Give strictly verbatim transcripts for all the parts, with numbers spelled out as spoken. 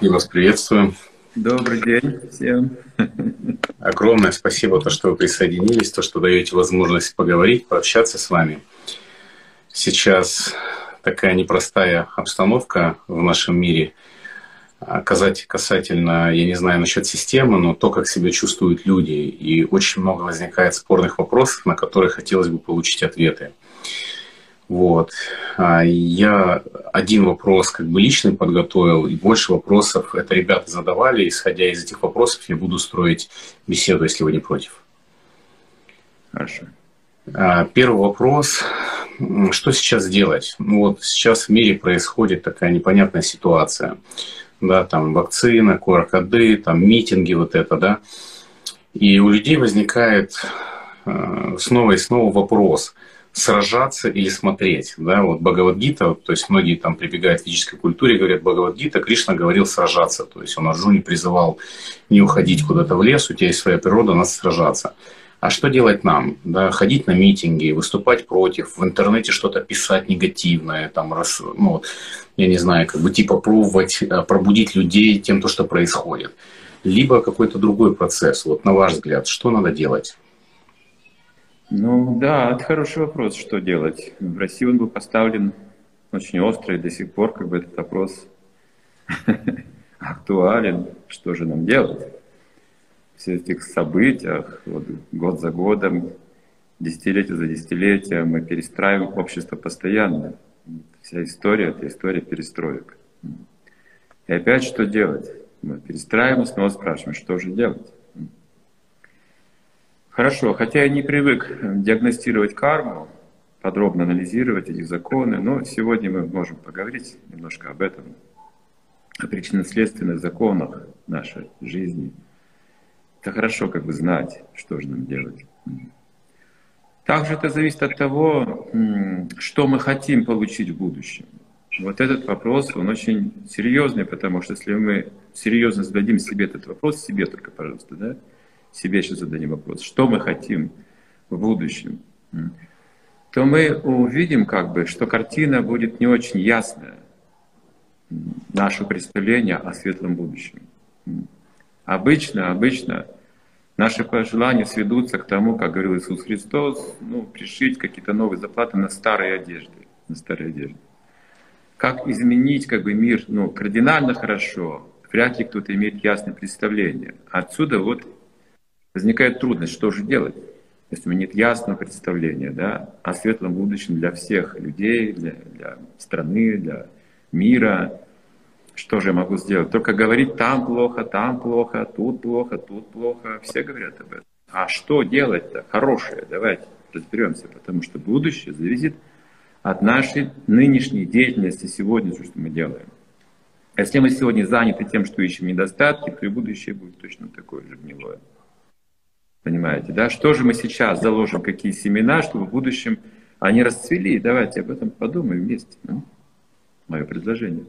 И вас приветствую. Добрый день всем. Огромное спасибо, то, что вы присоединились, то, что даете возможность поговорить, пообщаться с вами. Сейчас такая непростая обстановка в нашем мире. Касательно, я не знаю насчет системы, но то, как себя чувствуют люди. И очень много возникает спорных вопросов, на которые хотелось бы получить ответы. Вот. Я один вопрос как бы личный подготовил, и больше вопросов это ребята задавали. Исходя из этих вопросов, я буду строить беседу, если вы не против. Хорошо. Первый вопрос. Что сейчас делать? Ну вот сейчас в мире происходит такая непонятная ситуация. Да, там вакцина, ку ар коды, там митинги, вот это, да. И у людей возникает снова и снова вопрос: сражаться или смотреть, да, вот Бхагавад-гита, то есть многие там прибегают к физической культуре, говорят, Бхагавад-гита, Кришна говорил сражаться, то есть он Арджуне призывал не уходить куда-то в лес, у тебя есть своя природа, надо сражаться. А что делать нам? Да, ходить на митинги, выступать против, в интернете что-то писать негативное, там, раз, ну, я не знаю, как бы типа пробовать пробудить людей тем, то, что происходит. Либо какой-то другой процесс. Вот на ваш взгляд, что надо делать? Ну да, это хороший вопрос, что делать. В России он был поставлен очень остро, и до сих пор как бы этот вопрос актуален. Что же нам делать? В всех этих событиях, вот, год за годом, десятилетие за десятилетием мы перестраиваем общество постоянно. Вся история — это история перестроек. И опять что делать? Мы перестраиваем, снова спрашиваем, что же делать? Хорошо, хотя я не привык диагностировать карму, подробно анализировать эти законы, но сегодня мы можем поговорить немножко об этом, о причинно-следственных законах нашей жизни. Это хорошо как бы знать, что же нам делать. Также это зависит от того, что мы хотим получить в будущем. Вот этот вопрос, он очень серьезный, потому что если мы серьезно зададим себе этот вопрос, себе только, пожалуйста, да, себе сейчас зададим вопрос, что мы хотим в будущем, то мы увидим, как бы, что картина будет не очень ясная, наше представление о светлом будущем. Обычно, обычно наши пожелания сведутся к тому, как говорил Иисус Христос, ну, пришить какие-то новые заплаты на старые одежды, на старые одежды. Как изменить как бы, мир, ну, кардинально хорошо, вряд ли кто-то имеет ясное представление. Отсюда вот возникает трудность, что же делать, если у меня нет ясного представления, да, о светлом будущем для всех людей, для, для страны, для мира. Что же я могу сделать? Только говорить там плохо, там плохо, тут плохо, тут плохо. Все говорят об этом. А что делать-то? Хорошее. Давайте разберемся, потому что будущее зависит от нашей нынешней деятельности сегодня, что мы делаем. Если мы сегодня заняты тем, что ищем недостатки, то и будущее будет точно такое же гнилое. Понимаете, да? Что же мы сейчас заложим, какие семена, чтобы в будущем они расцвели? Давайте об этом подумаем вместе. Ну, мое предложение.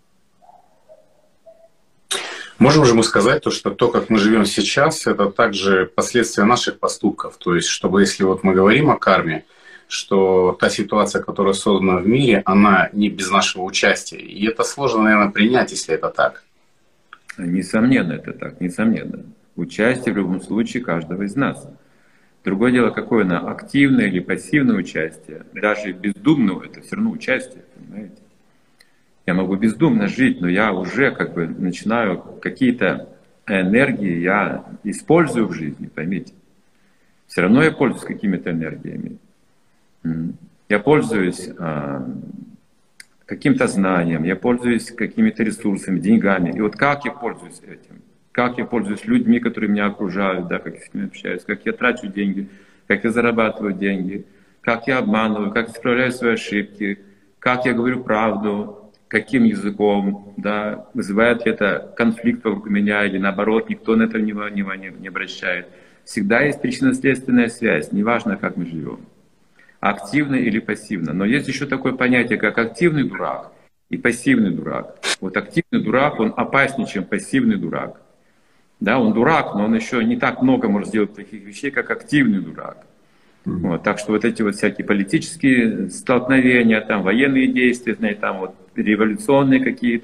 Можем же мы сказать, то, что то, как мы живем сейчас, это также последствия наших поступков. То есть, чтобы если вот мы говорим о карме, что та ситуация, которая создана в мире, она не без нашего участия. И это сложно, наверное, принять, если это так. Несомненно, это так, несомненно. Участие в любом случае каждого из нас. Другое дело, какое оно, активное или пассивное участие. Даже бездумное, это все равно участие, понимаете? Я могу бездумно жить, но я уже как бы начинаю какие-то энергии я использую в жизни, поймите. Все равно я пользуюсь какими-то энергиями. Я пользуюсь а, каким-то знанием, я пользуюсь какими-то ресурсами, деньгами. И вот как я пользуюсь этим? Как я пользуюсь людьми, которые меня окружают, да, как я с ними общаюсь, как я трачу деньги, как я зарабатываю деньги, как я обманываю, как я исправляю свои ошибки, как я говорю правду, каким языком, да, вызывает ли это конфликт вокруг меня или наоборот, никто на это внимания не обращает. Всегда есть причинно-следственная связь, неважно, как мы живем, активно или пассивно. Но есть еще такое понятие, как активный дурак и пассивный дурак. Вот активный дурак, он опаснее, чем пассивный дурак. Да, он дурак, но он еще не так много может сделать таких вещей, как активный дурак. Mm-hmm. Вот, так что вот эти вот всякие политические столкновения, там, военные действия, знаете, там, вот, революционные какие-то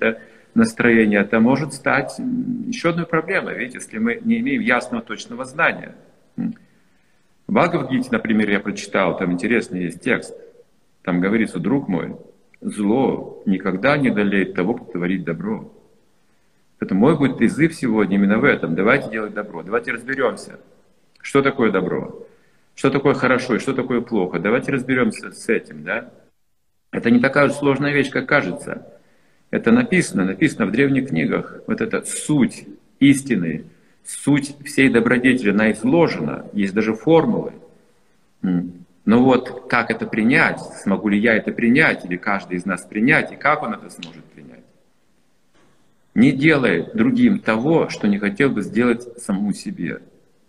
настроение, это может стать еще одной проблемой. Ведь если мы не имеем ясного, точного знания. В Бхагавад-гите, например, я прочитал, там интересный есть текст. Там говорится: друг мой, зло никогда не одолеет того, кто творит добро. Поэтому мой будет призыв сегодня именно в этом. Давайте делать добро, давайте разберемся, что такое добро, что такое хорошо и что такое плохо. Давайте разберемся с этим, да? Это не такая уж сложная вещь, как кажется. Это написано, написано в древних книгах. Вот эта суть истины, суть всей добродетели, она изложена. Есть даже формулы. Но вот как это принять? Смогу ли я это принять? Или каждый из нас принять? И как он это сможет принять? Не делай другим того, что не хотел бы сделать самому себе.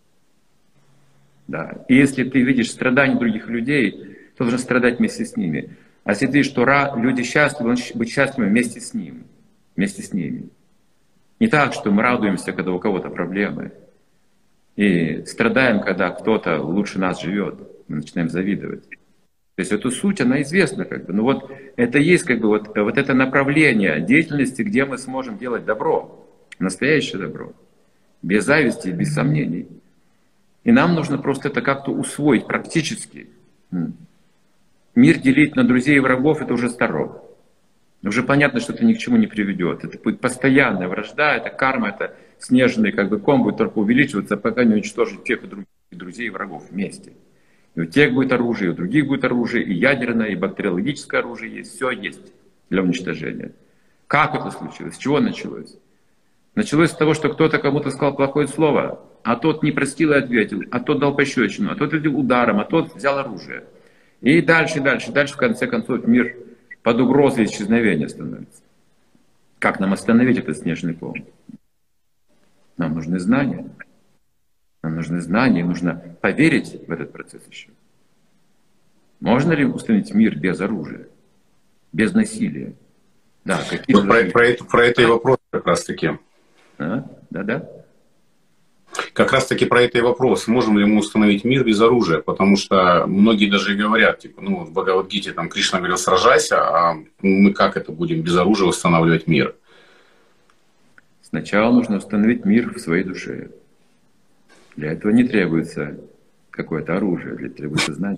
Да. И если ты видишь страдания других людей, ты должен страдать вместе с ними. А если ты видишь, что люди счастливы, он быть счастливым вместе с ним, вместе с ними. Не так, что мы радуемся, когда у кого-то проблемы, и страдаем, когда кто-то лучше нас живет. Мы начинаем завидовать. То есть эту суть, она известна, как бы. Но вот это есть как бы вот, вот это направление деятельности, где мы сможем делать добро, настоящее добро, без зависти, без сомнений. И нам нужно просто это как-то усвоить практически. Мир делить на друзей и врагов — это уже старо. Уже понятно, что это ни к чему не приведет. Это будет постоянная вражда, это карма, это снежный как бы ком будет только увеличиваться, пока не уничтожить тех и других друзей и врагов вместе. И у тех будет оружие, и у других будет оружие, и ядерное, и бактериологическое оружие есть, все есть для уничтожения. Как это случилось? С чего началось? Началось с того, что кто-то кому-то сказал плохое слово, а тот не простил и ответил, а тот дал пощечину, а тот ответил ударом, а тот взял оружие. И дальше, дальше, дальше, в конце концов, мир под угрозой исчезновения становится. Как нам остановить этот снежный ком? Нам нужны знания. Нам нужны знания, нужно поверить в этот процесс еще. Можно ли установить мир без оружия, без насилия? Да, какие ну, про, про, это, про это и вопрос как раз-таки. А? Да-да. Как раз таки про это и вопрос. Можем ли мы установить мир без оружия? Потому что многие даже и говорят, типа, ну, в Бхагавад-гите там Кришна говорил: сражайся, а мы как это будем без оружия устанавливать мир? Сначала нужно установить мир в своей душе. Для этого не требуется какое-то оружие, для этого требуется знание.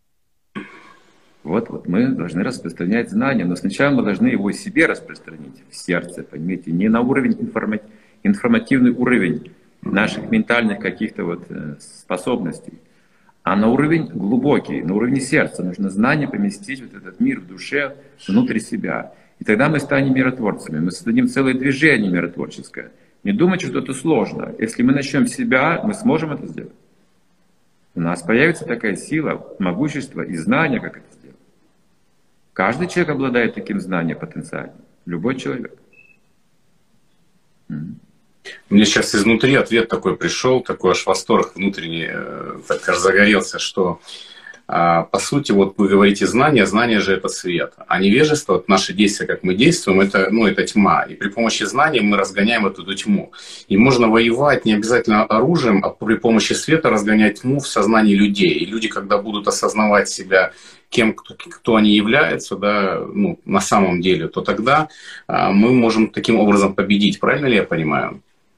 Вот, вот мы должны распространять знания, но сначала мы должны его себе распространить в сердце, понимаете, не на уровень информа... информативный уровень наших ментальных каких-то вот способностей, а на уровень глубокий, на уровне сердца. Нужно знание поместить вот этот мир в душе, внутрь себя. И тогда мы станем миротворцами, мы создадим целое движение миротворческое. Не думайте, что это сложно. Если мы начнем с себя, мы сможем это сделать. У нас появится такая сила, могущество и знание, как это сделать. Каждый человек обладает таким знанием потенциально. Любой человек. Мне сейчас изнутри ответ такой пришел, такой аж восторг внутренний, так аж загорелся, что по сути, вот вы говорите знание, знание же это свет, а невежество, вот наши действия, как мы действуем, это, ну, это тьма. И при помощи знания мы разгоняем эту тьму. И можно воевать не обязательно оружием, а при помощи света разгонять тьму в сознании людей. И люди, когда будут осознавать себя кем, кто, кто они являются, да, ну, на самом деле, то тогда а, мы можем таким образом победить. Правильно ли я понимаю?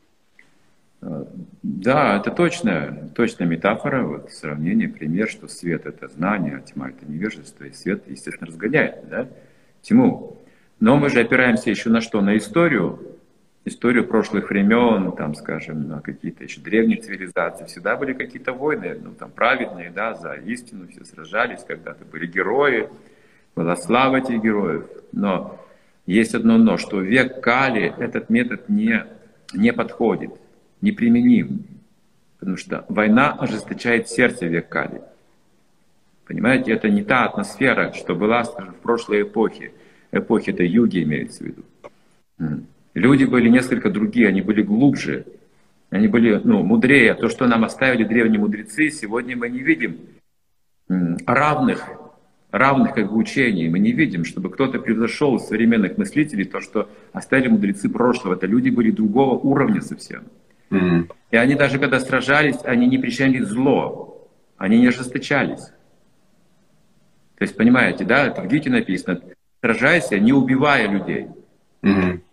Да, это точная, точная метафора, вот, сравнение, пример, что свет — это знание, а тьма — это невежество, и свет, естественно, разгоняет, да, тьму. Но мы же опираемся еще на что? На историю, историю прошлых времен, там, скажем, на какие-то еще древние цивилизации. Всегда были какие-то войны, ну, там, праведные, да, за истину, все сражались, когда-то были герои, была слава этих героев. Но есть одно но, что в век Кали этот метод не, не подходит, неприменим. Потому что война ожесточает сердце в век Кали. Понимаете, это не та атмосфера, что была, скажем, в прошлой эпохе. Эпохи это юги имеется в виду. Люди были несколько другие, они были глубже, они были, ну, мудрее. То, что нам оставили древние мудрецы, сегодня мы не видим равных, равных как бы учений. Мы не видим, чтобы кто-то превзошел из современных мыслителей то, что оставили мудрецы прошлого. Это люди были другого уровня совсем. Mm-hmm. И они даже когда сражались, они не причиняли зло, они не ожесточались. То есть, понимаете, да, это в Гите написано: сражайся, не убивая людей. Mm-hmm.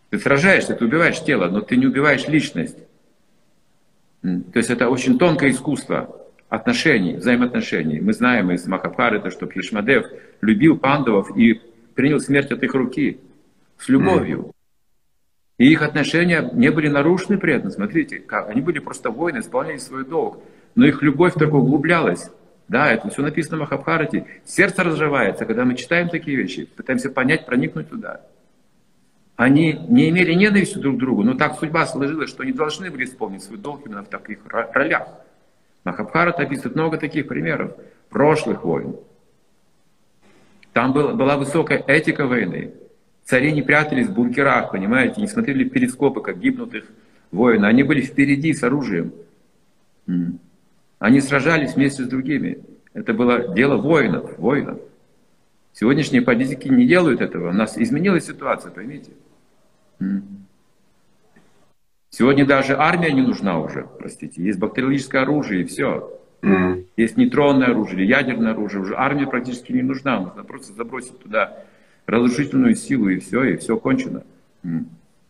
Ты сражаешься, ты убиваешь тело, но ты не убиваешь личность. То есть это очень тонкое искусство отношений, взаимоотношений. Мы знаем из Махабхараты, что Бхишмадев любил пандавов и принял смерть от их руки с любовью. И их отношения не были нарушены при этом. Смотрите, как они были просто воины, исполняли свой долг. Но их любовь только углублялась. Да, это все написано в Махабхарате. Сердце разрывается, когда мы читаем такие вещи, пытаемся понять, проникнуть туда. Они не имели ненависти друг к другу, но так судьба сложилась, что они должны были исполнить свой долг именно в таких ролях. Махабхарата описывает много таких примеров прошлых войн. Там был, была высокая этика войны. Цари не прятались в бункерах, понимаете, не смотрели в перископы, как гибнут их воины. Они были впереди с оружием. Они сражались вместе с другими. Это было дело воинов, воинов. Сегодняшние политики не делают этого. У нас изменилась ситуация, поймите. Сегодня даже армия не нужна уже, простите. Есть бактериологическое оружие и все. Mm. Есть нейтронное оружие, ядерное оружие. Уже армия практически не нужна. Нужно просто забросить туда разрушительную силу и все, и все кончено. Mm.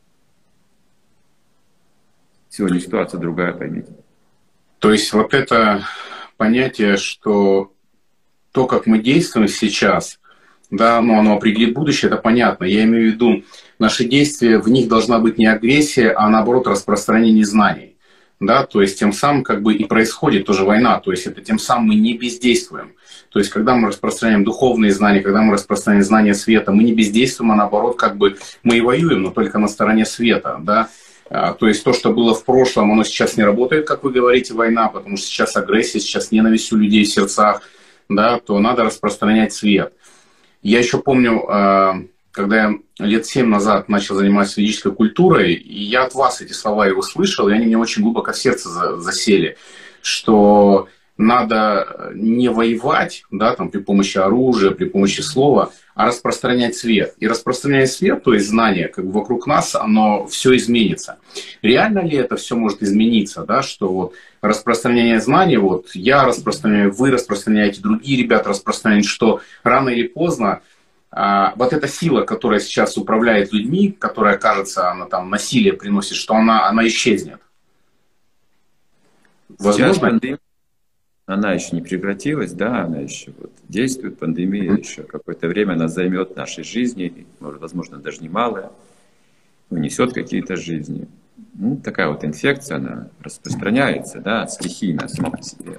Сегодня ситуация другая, поймите. То есть вот это понятие, что то, как мы действуем сейчас, да, ну, оно определит будущее, это понятно. Я имею в виду, наши действия, в них должна быть не агрессия, а наоборот распространение знаний. Да, то есть тем самым как бы и происходит тоже война, то есть это тем самым мы не бездействуем. То есть когда мы распространяем духовные знания, когда мы распространяем знания света, мы не бездействуем, а наоборот как бы мы и воюем, но только на стороне света. Да? А, то есть то, что было в прошлом, оно сейчас не работает, как вы говорите, война, потому что сейчас агрессия, сейчас ненависть у людей в сердцах, да, то надо распространять свет. Я еще помню, когда я лет семь назад начал заниматься ведической культурой, и я от вас эти слова и услышал, и они мне очень глубоко в сердце засели, что надо не воевать, да, там, при помощи оружия, при помощи слова, а распространять свет. И распространяя свет, то есть знание, как бы вокруг нас, оно все изменится. Реально ли это все может измениться, да, что вот распространение знаний, вот я распространяю, вы распространяете, другие ребята распространяют, что рано или поздно а, вот эта сила, которая сейчас управляет людьми, которая, кажется, она там насилие приносит, что она, она исчезнет. Возможно? Она еще не прекратилась, да, она еще вот действует, пандемия mm-hmm. еще какое-то время она займет нашей жизни, возможно, даже немалое, унесет какие-то жизни. Ну, такая вот инфекция, она распространяется, да, стихийно, сама по себе.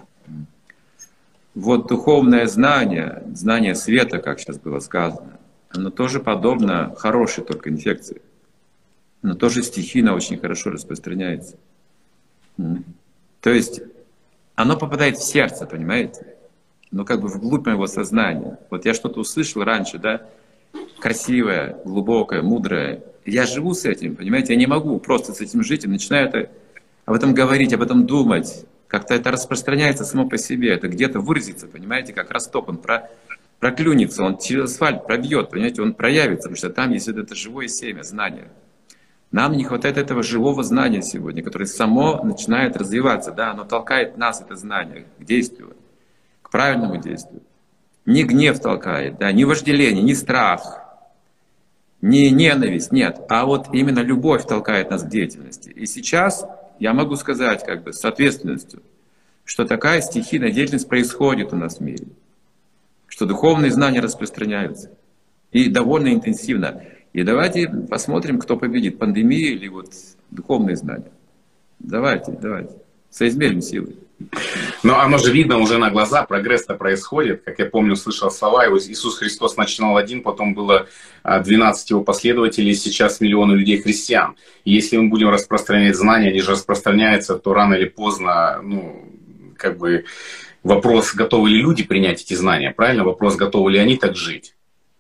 Вот духовное знание, знание света, как сейчас было сказано, оно тоже подобно хорошей только инфекции. Оно тоже стихийно очень хорошо распространяется. То есть оно попадает в сердце, понимаете? Ну, как бы вглубь моего сознания. Вот я что-то услышал раньше, да, красивое, глубокое, мудрое. Я живу с этим, понимаете? Я не могу просто с этим жить и начинаю это, об этом говорить, об этом думать. Как-то это распространяется само по себе. Это где-то выразится, понимаете, как росток. Он про, проклюнется, он через асфальт пробьет, понимаете, он проявится, потому что там есть это живое семя, знание. Нам не хватает этого живого знания сегодня, которое само начинает развиваться. Да, оно толкает нас, это знание, к действию, к правильному действию. Не гнев толкает, да, не вожделение, не страх, не ненависть, нет. А вот именно любовь толкает нас к деятельности. И сейчас я могу сказать как бы с ответственностью, что такая стихийная деятельность происходит у нас в мире. Что духовные знания распространяются. И довольно интенсивно. И давайте посмотрим, кто победит, пандемия или вот духовные знания. Давайте, давайте, соизмерим силы. Но оно же видно уже на глаза, прогресс-то происходит. Как я помню, слышал слова, его Иисус Христос начинал один, потом было двенадцать его последователей, сейчас миллионы людей христиан. И если мы будем распространять знания, они же распространяются, то рано или поздно, ну, как бы вопрос, готовы ли люди принять эти знания, правильно? Вопрос, готовы ли они так жить.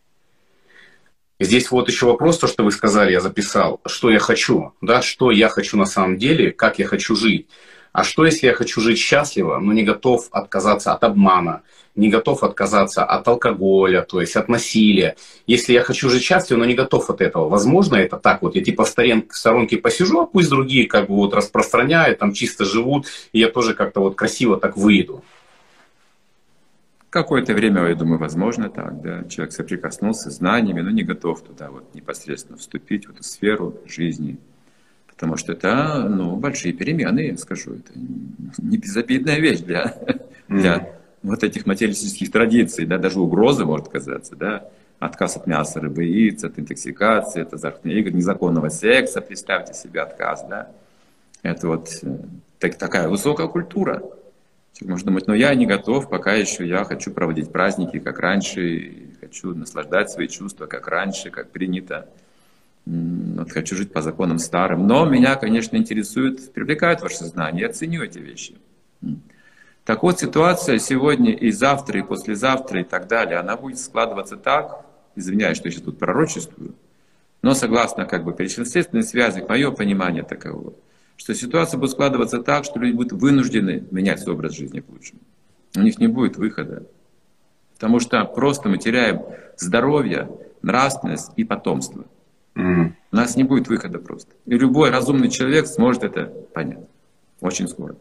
Здесь вот еще вопрос, то, что вы сказали, я записал, что я хочу, да, что я хочу на самом деле, как я хочу жить. А что, если я хочу жить счастливо, но не готов отказаться от обмана, не готов отказаться от алкоголя, то есть от насилия. Если я хочу жить счастливо, но не готов от этого, возможно это так вот, я типа в сторонке посижу, а пусть другие как бы вот распространяют, там чисто живут, и я тоже как-то вот красиво так выйду. Какое-то время, я думаю, возможно так, да. Человек соприкоснулся с знаниями, но не готов туда вот непосредственно вступить, в эту сферу жизни. Потому что это, ну, большие перемены, я скажу. Это не безобидная вещь для, для вот этих материалистических традиций, да, даже угроза может казаться, да. Отказ от мяса, рыбы, яиц, от интоксикации, от азартных игр, незаконного секса, представьте себе отказ, да. Это вот так, такая высокая культура. Можно думать, но я не готов, пока еще я хочу проводить праздники, как раньше, хочу наслаждать свои чувства, как раньше, как принято. Вот, хочу жить по законам старым. Но меня, конечно, интересует, привлекает ваше сознание, я ценю эти вещи. Так вот, ситуация сегодня и завтра, и послезавтра, и так далее, она будет складываться так, извиняюсь, что я сейчас тут пророчествую, но согласно как бы причинно-следственной связи, мое понимание таково, что ситуация будет складываться так, что люди будут вынуждены менять свой образ жизни к лучшему. У них не будет выхода. Потому что просто мы теряем здоровье, нравственность и потомство. Mm-hmm. У нас не будет выхода просто. И любой разумный человек сможет это понять. Очень скоро.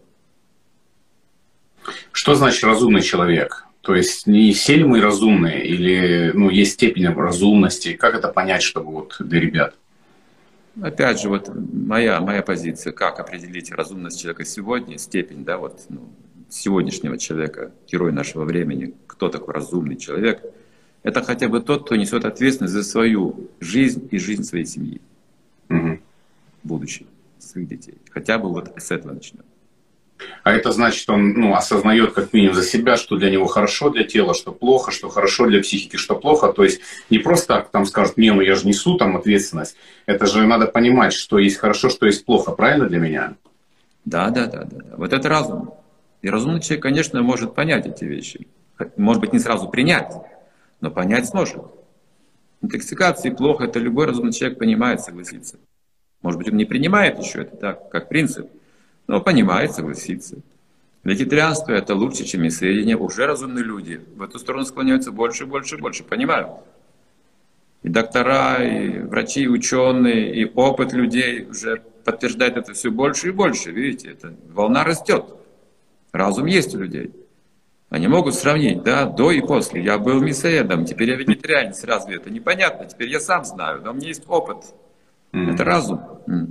Что значит разумный человек? То есть не все ли мы разумные? Или ну, есть степень разумности? Как это понять, чтобы вот для ребят? Опять же, вот моя, моя позиция, как определить разумность человека сегодня, степень, да, вот, ну, сегодняшнего человека, герой нашего времени, кто такой разумный человек, это хотя бы тот, кто несет ответственность за свою жизнь и жизнь своей семьи, угу. будущее, своих детей. Хотя бы вот с этого начнем. А это значит, он ну, осознает как минимум за себя, что для него хорошо для тела, что плохо, что хорошо для психики, что плохо. То есть не просто так там скажут, не, ну я же несу там ответственность. Это же надо понимать, что есть хорошо, что есть плохо. Правильно для меня? Да, да, да, да, да. Вот это разум. И разумный человек, конечно, может понять эти вещи. Может быть, не сразу принять, но понять сможет. Интоксикации плохо, это любой разумный человек понимает, согласится. Может быть, он не принимает еще это так, как принцип. Но понимает, согласится. Вегетарианство это лучше, чем мясоедение. Уже разумные люди в эту сторону склоняются больше, больше, больше. Понимают. И доктора, и врачи, и ученые, и опыт людей уже подтверждает это все больше и больше. Видите, это волна растет. Разум есть у людей. Они могут сравнить, да, до и после. Я был мясоедом, теперь я вегетарианец. Разве это непонятно? Теперь я сам знаю, но у меня есть опыт. Mm-hmm. Это разум.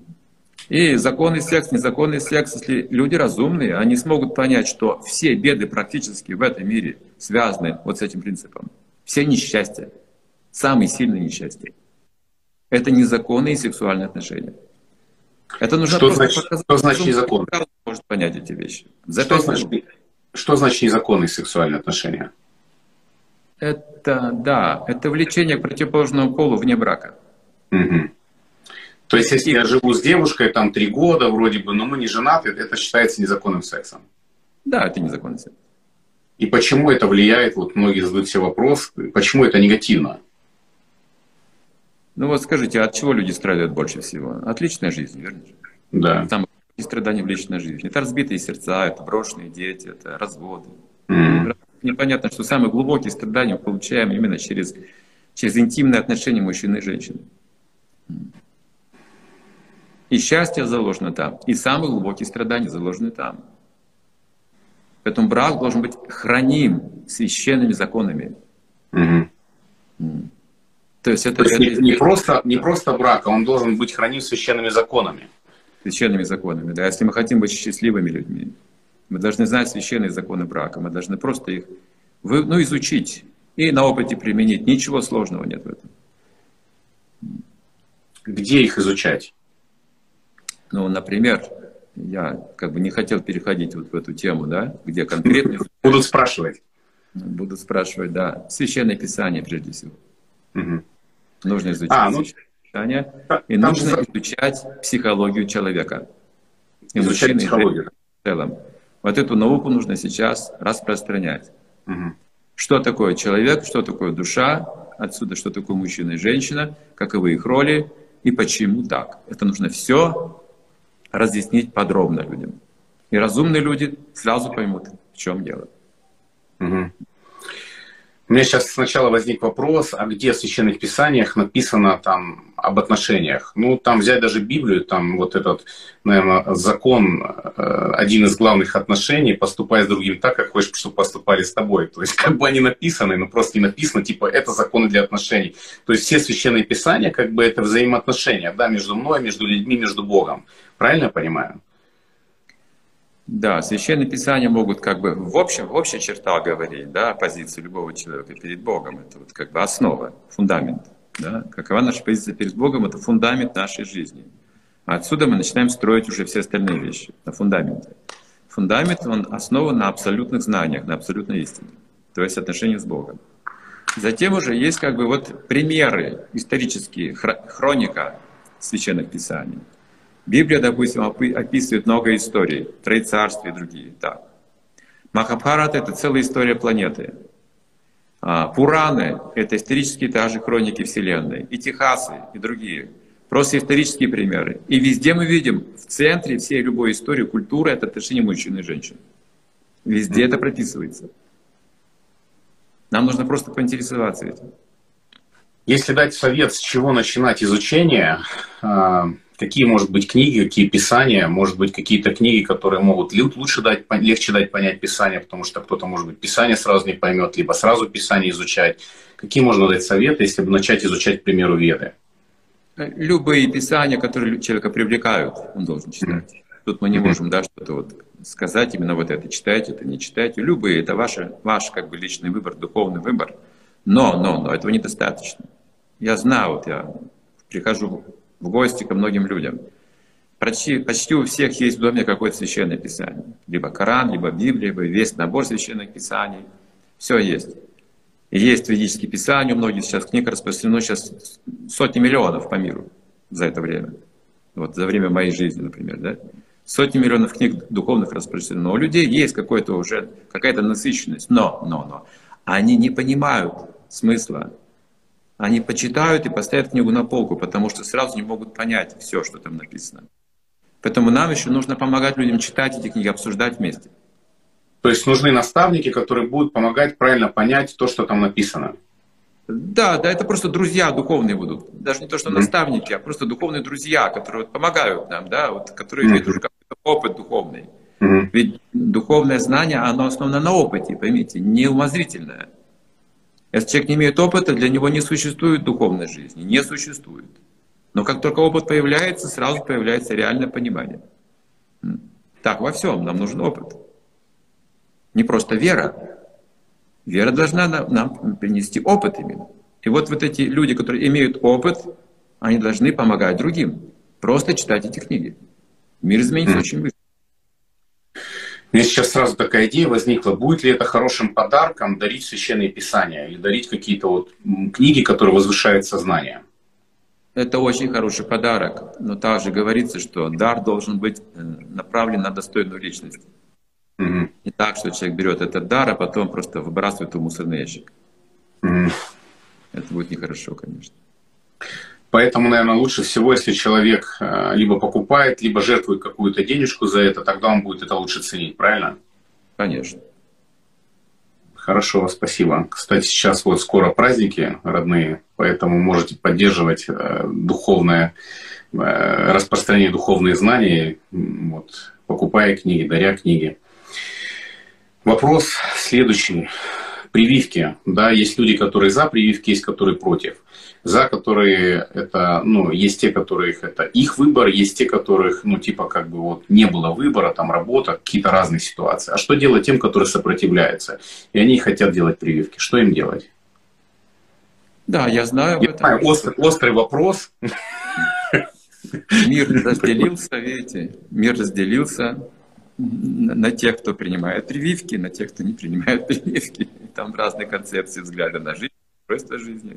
И законный секс, незаконный секс, если люди разумные, они смогут понять, что все беды практически в этом мире связаны вот с этим принципом. Все несчастья, самые сильные несчастья, это незаконные сексуальные отношения. Это нужно что просто значит, показать, что значит незаконный? Может понять эти вещи. Что значит, что значит незаконные сексуальные отношения? Это, да, это влечение к противоположному полу вне брака. Угу. То есть, если я живу с девушкой, там, три года вроде бы, но мы не женаты, это считается незаконным сексом? Да, это незаконный секс. И почему это влияет, вот многие задают себе вопрос, почему это негативно? Ну вот скажите, от чего люди страдают больше всего? От личной жизни, верно же? Да. Там страдания в личной жизни. Это разбитые сердца, это брошенные дети, это разводы. Mm. Непонятно, что самые глубокие страдания мы получаем именно через, через интимные отношения мужчины и женщины. И счастье заложено там, и самые глубокие страдания заложены там. Поэтому брак должен быть храним священными законами. Mm-hmm. То есть это, То есть это не, не, просто, не просто брак, а он должен быть храним священными законами. Священными законами, да. Если мы хотим быть счастливыми людьми, мы должны знать священные законы брака, мы должны просто их вы, ну, изучить и на опыте применить. Ничего сложного нет в этом. Где их изучать? Ну, например, я как бы не хотел переходить вот в эту тему, да, где конкретно... Будут спрашивать. Будут спрашивать, да. Священное Писание, прежде всего. Угу. Нужно изучить а, ну, Священное Писание, и там нужно за... изучать психологию человека. И изучать мужчины, психологию. В целом. Вот эту науку нужно сейчас распространять. Угу. Что такое человек, что такое душа, отсюда что такое мужчина и женщина, каковы их роли и почему так. Это нужно все разъяснить подробно людям. И разумные люди сразу поймут, в чем дело. Угу. У меня сейчас сначала возник вопрос, а где в Священных Писаниях написано там об отношениях? Ну, там взять даже Библию, там вот этот, наверное, закон, э, один из главных отношений, поступай с другим так, как хочешь, чтобы поступали с тобой. То есть как бы они написаны, но просто не написано, типа, это законы для отношений. То есть все Священные Писания, как бы это взаимоотношения, да, между мной, между людьми, между Богом. Правильно я понимаю? Да, священные писания могут как бы в общем, в общих чертах говорить, да, позицию любого человека перед Богом. Это вот как бы основа, фундамент. Да? Какова наша позиция перед Богом, это фундамент нашей жизни. А отсюда мы начинаем строить уже все остальные вещи на фундаменте. Фундамент, он основан на абсолютных знаниях, на абсолютной истине, то есть отношении с Богом. Затем уже есть как бы вот примеры исторические, хроника священных писаний. Библия, допустим, описывает много историй, Троецарствие и другие. Да. Махабхарата — это целая история планеты. А, Пураны — это исторические также хроники Вселенной. И Техасы, и другие. Просто исторические примеры. И везде мы видим, в центре всей любой истории культуры — это отношения мужчин и женщин. Везде это прописывается. Нам нужно просто поинтересоваться этим. Если дать совет, с чего начинать изучение, какие, может быть, книги, какие писания, может быть, какие-то книги, которые могут лучше дать, легче дать понять Писание, потому что кто-то, может быть, Писание сразу не поймет, либо сразу Писание изучать. Какие можно дать советы, если бы начать изучать, к примеру, Веды? Любые писания, которые человека привлекают, он должен читать. Mm-hmm. Тут мы не можем, да, что-то вот сказать, именно вот это читайте, это не читайте. Любые, это ваш, ваш как бы личный выбор, духовный выбор. Но, но, но этого недостаточно. Я знаю, вот я прихожу в гости ко многим людям. Почти, почти у всех есть в доме какое-то священное писание. Либо Коран, либо Библия, либо весь набор священных писаний. Все есть. И есть ведические писания, у многих сейчас книг распространено сейчас сотни миллионов по миру за это время. Вот за время моей жизни, например, да? Сотни миллионов книг духовных распространено. У людей есть какой-то уже, какая-то насыщенность, но, но, но. Они не понимают смысла. Они почитают и поставят книгу на полку, потому что сразу не могут понять все, что там написано. Поэтому нам еще нужно помогать людям читать эти книги, обсуждать вместе. То есть нужны наставники, которые будут помогать правильно понять то, что там написано. Да, да, это просто друзья духовные будут. Даже не то, что mm-hmm. наставники, а просто духовные друзья, которые вот помогают нам, да, вот, которые mm-hmm. имеют уже какой-то опыт духовный. Mm-hmm. Ведь духовное знание, оно основано на опыте, поймите, не умозрительное. Если человек не имеет опыта, для него не существует духовной жизни, не существует. Но как только опыт появляется, сразу появляется реальное понимание. Так, во всем нам нужен опыт. Не просто вера. Вера должна нам, нам принести опыт именно. И вот, вот эти люди, которые имеют опыт, они должны помогать другим. Просто читать эти книги. Мир изменится mm. очень быстро. У меня сейчас сразу такая идея возникла. Будет ли это хорошим подарком дарить священные писания или дарить какие-то вот книги, которые возвышают сознание? Это очень хороший подарок. Но также говорится, что дар должен быть направлен на достойную личность. Mm-hmm. Не так, что человек берет этот дар, а потом просто выбрасывает в мусорный ящик. Mm-hmm. Это будет нехорошо, конечно. Поэтому, наверное, лучше всего, если человек либо покупает, либо жертвует какую-то денежку за это, тогда он будет это лучше ценить, правильно? Конечно. Хорошо, спасибо. Кстати, сейчас вот скоро праздники родные, поэтому можете поддерживать духовное, распространение духовных знаний, вот, покупая книги, даря книги. Вопрос следующий. Прививки. Да, есть люди, которые за прививки, есть которые против. За которые это, ну, есть те, которых это их выбор, есть те, которых, ну, типа, как бы вот не было выбора, там работа, какие-то разные ситуации. А что делать тем, которые сопротивляются? И они хотят делать прививки. Что им делать? Да, я знаю. Я знаю, острый, острый вопрос. Мир разделился, видите, мир разделился на тех, кто принимает прививки, на тех, кто не принимает прививки. Там разные концепции, взгляды на жизнь, устройство жизни.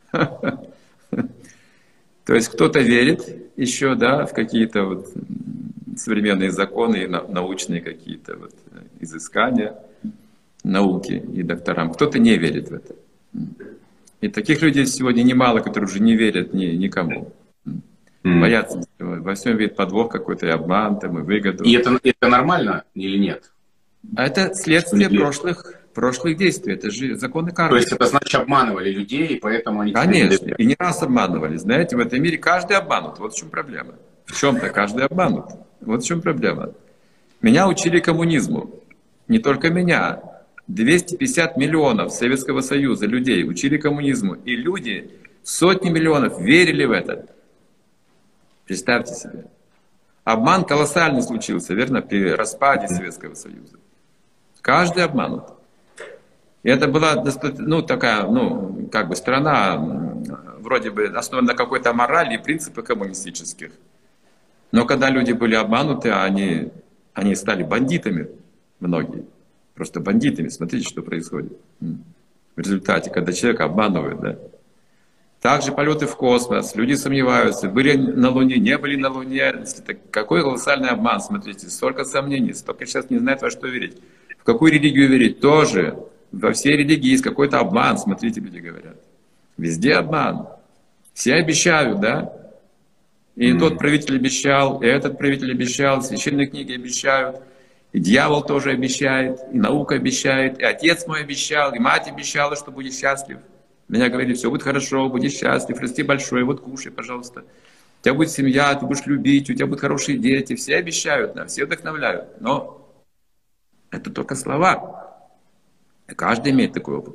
То есть кто-то верит еще, да, в какие-то вот современные законы и научные какие-то вот изыскания науки и докторам. Кто-то не верит в это. И таких людей сегодня немало, которые уже не верят ни, никому. Mm. Боятся, во всем видят подвох какой-то, и обман, там, и выгоду. И это, это нормально или нет? А это следствие прошлых, прошлых действий. Это же законы кармы. То есть это значит обманывали людей, и поэтому они... Конечно, и не раз обманывали. Знаете, в этом мире каждый обманут. Вот в чем проблема. В чем-то каждый обманут. Вот в чем проблема. Меня учили коммунизму. Не только меня. двести пятьдесят миллионов Советского Союза людей учили коммунизму. И люди, сотни миллионов, верили в это. Представьте себе. Обман колоссальный случился, верно, при распаде Советского Союза. Каждый обманут. И это была ну, такая, ну, как бы страна, вроде бы основана на какой-то морали и принципы коммунистических. Но когда люди были обмануты, они, они стали бандитами, многие. Просто бандитами. Смотрите, что происходит. В результате, когда человека обманывают, да. Также полеты в космос, люди сомневаются, были на Луне, не были на Луне. Какой колоссальный обман, смотрите, столько сомнений, столько сейчас не знают, во что верить. В какую религию верить? Тоже. Во всей религии есть какой-то обман, смотрите, люди говорят. Везде обман. Все обещают, да? И mm-hmm. тот правитель обещал, и этот правитель обещал, священные книги обещают, и дьявол тоже обещает, и наука обещает, и отец мой обещал, и мать обещала, что будешь счастлив. Меня говорили, все будет хорошо, будешь счастлив, расти большой, вот кушай, пожалуйста. У тебя будет семья, ты будешь любить, у тебя будут хорошие дети. Все обещают нам, все вдохновляют. Но это только слова. Каждый имеет такой опыт.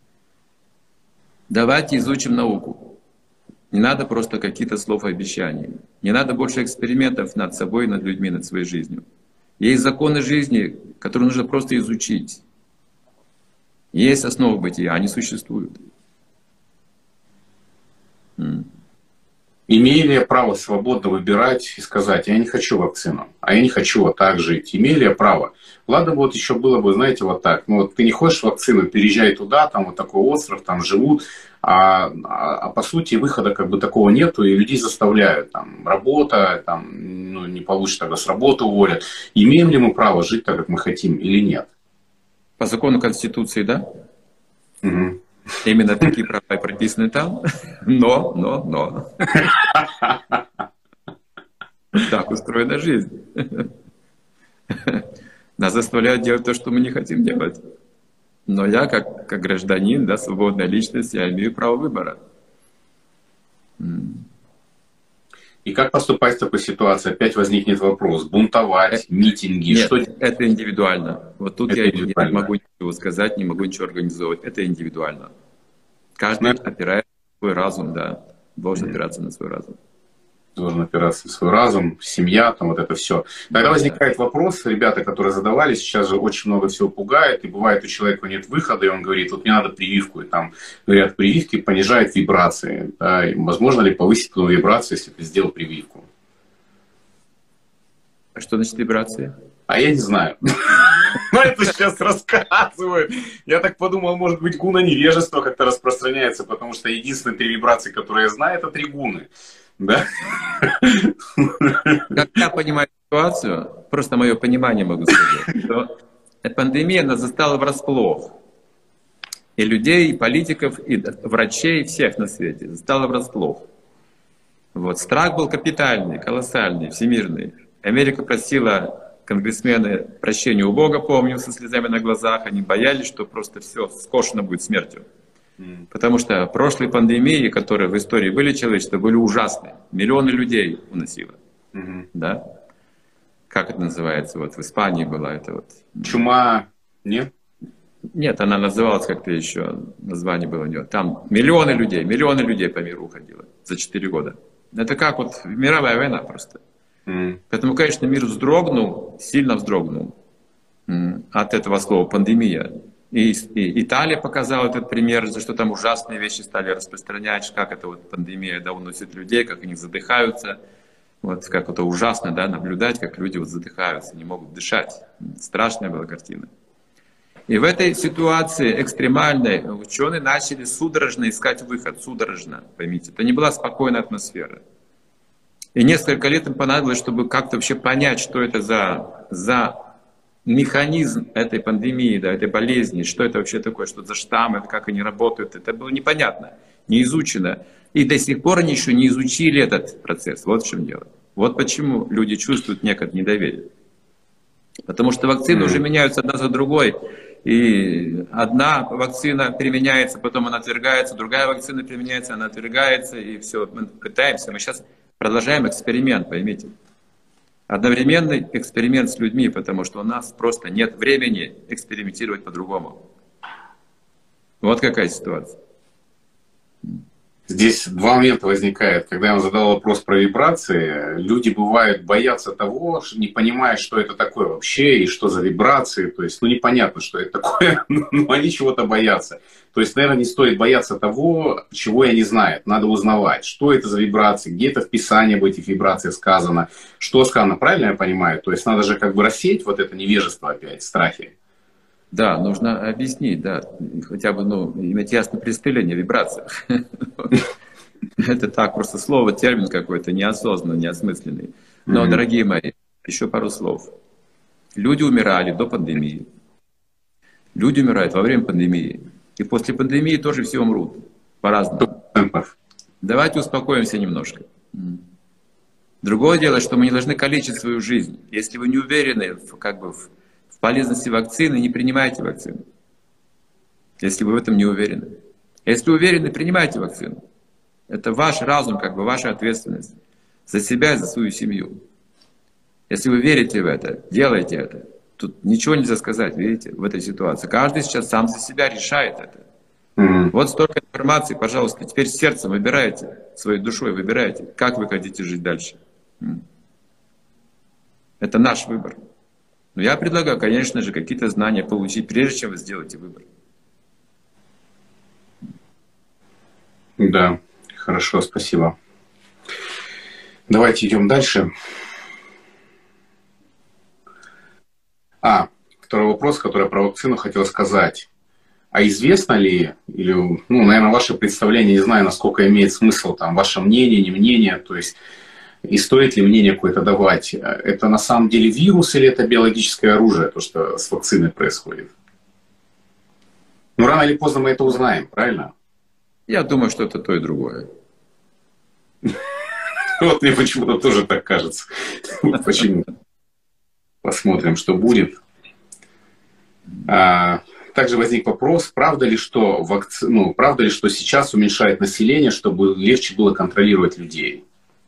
Давайте изучим науку. Не надо просто какие-то слов обещаний. Не надо больше экспериментов над собой, над людьми, над своей жизнью. Есть законы жизни, которые нужно просто изучить. Есть основы бытия, они существуют. Имею ли я право свободно выбирать и сказать, я не хочу вакцину, а я не хочу вот так жить? Имею ли я право? Ладно, вот еще было бы, знаете, вот так. Ну вот ты не хочешь вакцину, переезжай туда, там вот такой остров, там живут. А, а, а по сути выхода как бы такого нету, и людей заставляют. Там работа, там, ну, не получится, тогда с работы уволят. Имеем ли мы право жить так, как мы хотим, или нет? По закону Конституции, да? Угу. Именно такие права прописаны там. Но, но, но. Так устроена жизнь. Нас заставляют делать то, что мы не хотим делать. Но я, как, как гражданин, да, свободная личность, я имею право выбора. И как поступать в такой ситуации? Опять возникнет вопрос. Бунтовать, это, митинги. Нет, что... это индивидуально. Вот тут это я не могу ничего сказать, не могу ничего организовывать. Это индивидуально. Каждый Знаете? опирается на свой разум, да. Должен mm-hmm. опираться на свой разум. Должен опираться на свой разум, семья, там вот это все. Тогда да, возникает да. вопрос, ребята, которые задавали, сейчас же очень много всего пугает, и бывает у человека нет выхода, и он говорит, вот мне надо прививку, и там говорят, прививки понижают вибрации. Да, и возможно ли повысить потом вибрации, если ты сделал прививку? А что значит вибрации? А я не знаю. Ну, это сейчас рассказывают. Я так подумал, может быть, гуна невежества как-то распространяется, потому что единственные три вибрации, которые я знаю, это три гуны. Да? Как я понимаю ситуацию, просто мое понимание могу сказать, что пандемия нас застала врасплох. И людей, и политиков, и врачей, всех на свете застала врасплох. Вот. Страх был капитальный, колоссальный, всемирный. Америка просила конгрессмены прощения у Бога, помню, со слезами на глазах. Они боялись, что просто все скошено будет смертью. Потому что прошлые пандемии, которые в истории были человечества, были ужасные. Миллионы людей уносило. Mm-hmm. Да? Как это называется? Вот в Испании была это вот... Чума, нет? Нет, она называлась как-то еще, название было у нее. Там миллионы людей, миллионы людей по миру уходило за четыре года. Это как вот мировая война просто. Mm-hmm. Поэтому, конечно, мир вздрогнул, сильно вздрогнул от этого слова «пандемия». И, и Италия показала этот пример, за что там ужасные вещи стали распространять, как это вот пандемия, да, уносит людей, как они задыхаются. Вот как это ужасно, да, наблюдать, как люди вот задыхаются, не могут дышать. Страшная была картина. И в этой ситуации экстремальной ученые начали судорожно искать выход, судорожно, поймите. Это не была спокойная атмосфера. И несколько лет им понадобилось, чтобы как-то вообще понять, что это за... за механизм этой пандемии, да, этой болезни, что это вообще такое, что за штаммы, как они работают, это было непонятно, не изучено. И до сих пор они еще не изучили этот процесс. Вот в чем дело. Вот почему люди чувствуют некое недоверие. Потому что вакцины mm-hmm. уже меняются одна за другой. И одна вакцина применяется, потом она отвергается, другая вакцина применяется, она отвергается, и все. Мы пытаемся, мы сейчас продолжаем эксперимент, поймите. Одновременный эксперимент с людьми, потому что у нас просто нет времени экспериментировать по-другому. Вот какая ситуация. Здесь два момента возникают. Когда я вам задал вопрос про вибрации, люди бывают боятся того, что не понимая, что это такое вообще и что за вибрации. То есть, ну, непонятно, что это такое, но они чего-то боятся. То есть, наверное, не стоит бояться того, чего я не знаю. Надо узнавать, что это за вибрации, где это в Писании об этих вибрациях сказано, что сказано, правильно я понимаю? То есть, надо же как бы рассеять вот это невежество опять, страхи. Да, нужно объяснить, да, хотя бы, ну, иметь ясное представление о вибрациях. Это так, просто слово, термин какой-то, неосознанный, неосмысленный. Но, дорогие мои, еще пару слов. Люди умирали до пандемии. Люди умирают во время пандемии. И после пандемии тоже все умрут. По-разному. Давайте успокоимся немножко. Другое дело, что мы не должны калечить свою жизнь. Если вы не уверены в, как бы, в полезности вакцины, не принимайте вакцину. Если вы в этом не уверены. Если уверены, принимайте вакцину. Это ваш разум, как бы ваша ответственность. За себя и за свою семью. Если вы верите в это, делайте это. Тут ничего нельзя сказать, видите, в этой ситуации. Каждый сейчас сам за себя решает это. Mm-hmm. Вот столько информации, пожалуйста, теперь сердцем выбирайте, своей душой выбирайте, как вы хотите жить дальше. Это наш выбор. Но я предлагаю, конечно же, какие-то знания получить, прежде чем вы сделаете выбор. Да, хорошо, спасибо. Давайте идем дальше. А, второй вопрос, который я про вакцину хотел сказать. А известно ли, или, ну, наверное, ваше представление, не знаю, насколько имеет смысл, там, ваше мнение, не мнение, то есть, и стоит ли мнение какое-то давать, это на самом деле вирус или это биологическое оружие, то, что с вакциной происходит? Ну, рано или поздно мы это узнаем, правильно? Я думаю, что это то и другое. Вот мне почему-то тоже так кажется. Почему? Посмотрим, что будет. Также возник вопрос, правда ли, что вакци... ну, правда ли, что сейчас уменьшает население, чтобы легче было контролировать людей?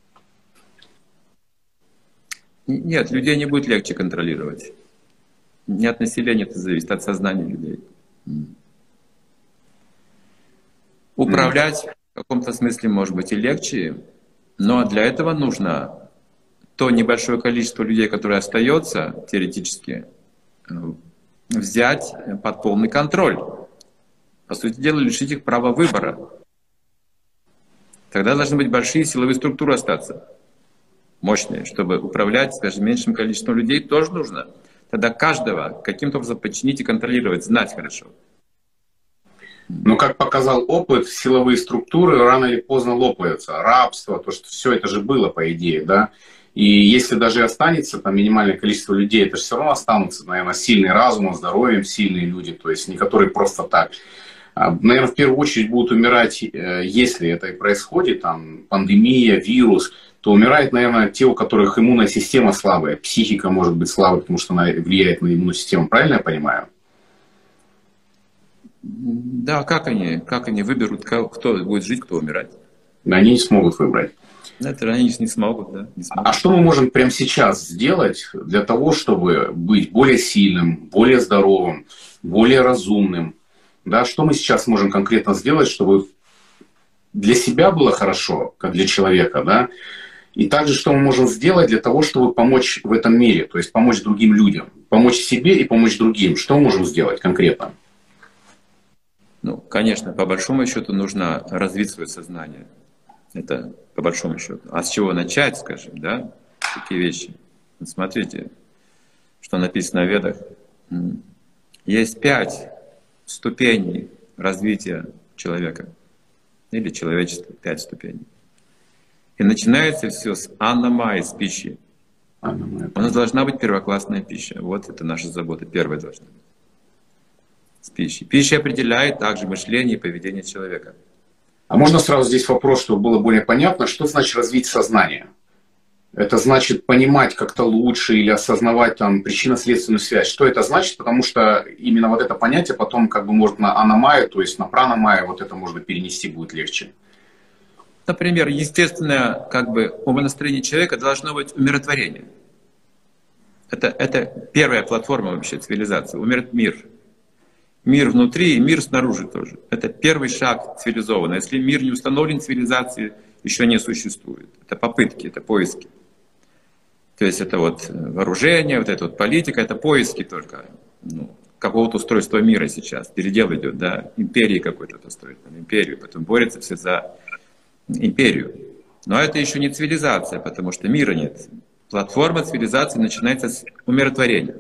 Нет, людей не будет легче контролировать. Не от населения это зависит, от сознания людей. Управлять в каком-то смысле может быть и легче, но для этого нужно то небольшое количество людей, которое остается теоретически, взять под полный контроль. По сути дела, лишить их права выбора. Тогда должны быть большие силовые структуры остаться. Мощные, чтобы управлять, скажем, меньшим количеством людей тоже нужно. Тогда каждого каким-то образом подчинить и контролировать, знать хорошо. Но, как показал опыт, силовые структуры рано или поздно лопаются. Рабство, то, что все это же было, по идее, да. И если даже останется там минимальное количество людей, это же все равно останутся, наверное, сильные разумом, здоровьем, сильные люди, то есть не которые просто так. Наверное, в первую очередь будут умирать, если это и происходит, там, пандемия, вирус, то умирает, наверное, те, у которых иммунная система слабая, психика может быть слабая, потому что она влияет на иммунную систему. Правильно я понимаю? Да, как они, как они выберут, кто будет жить, кто умирать? Да, они не смогут выбрать. Это они не смогут, да? Не смогут. А что мы можем прямо сейчас сделать для того, чтобы быть более сильным, более здоровым, более разумным? Да, что мы сейчас можем конкретно сделать, чтобы для себя было хорошо, как для человека, да? И также, что мы можем сделать для того, чтобы помочь в этом мире, то есть помочь другим людям, помочь себе и помочь другим. Что мы можем сделать конкретно? Ну, конечно, по большому счету нужно развить свое сознание. Это по большому счету. А с чего начать, скажем, да, такие вещи? Вот смотрите, что написано в Ведах. Есть пять ступеней развития человека или человечества, пять ступеней. И начинается все с аннамай, с пищи. Аннамай. У нас должна быть первоклассная пища. Вот это наша забота, первая должна быть. С пищей. Пища определяет также мышление и поведение человека. А можно сразу здесь вопрос, чтобы было более понятно, что значит развить сознание? Это значит понимать как-то лучше или осознавать там причинно-следственную связь. Что это значит? Потому что именно вот это понятие потом как бы может на аномайю, то есть на праномайю, вот это можно перенести будет легче. Например, естественное как бы умонастроение человека должно быть умиротворение. Это, это первая платформа вообще цивилизации, умер, мир. Мир внутри и мир снаружи тоже. Это первый шаг цивилизованный. Если мир не установлен, цивилизации еще не существует. Это попытки, это поиски. То есть это вот вооружение, вот эта вот политика, это поиски только ну, какого-то устройства мира сейчас. Передел идет, да, империи какой-то строит, там, империю, потом борются все за империю. Но это еще не цивилизация, потому что мира нет. Платформа цивилизации начинается с умиротворения.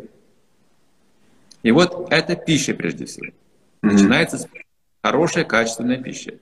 И вот это пища прежде всего. Начинается с хорошей, качественной пищи.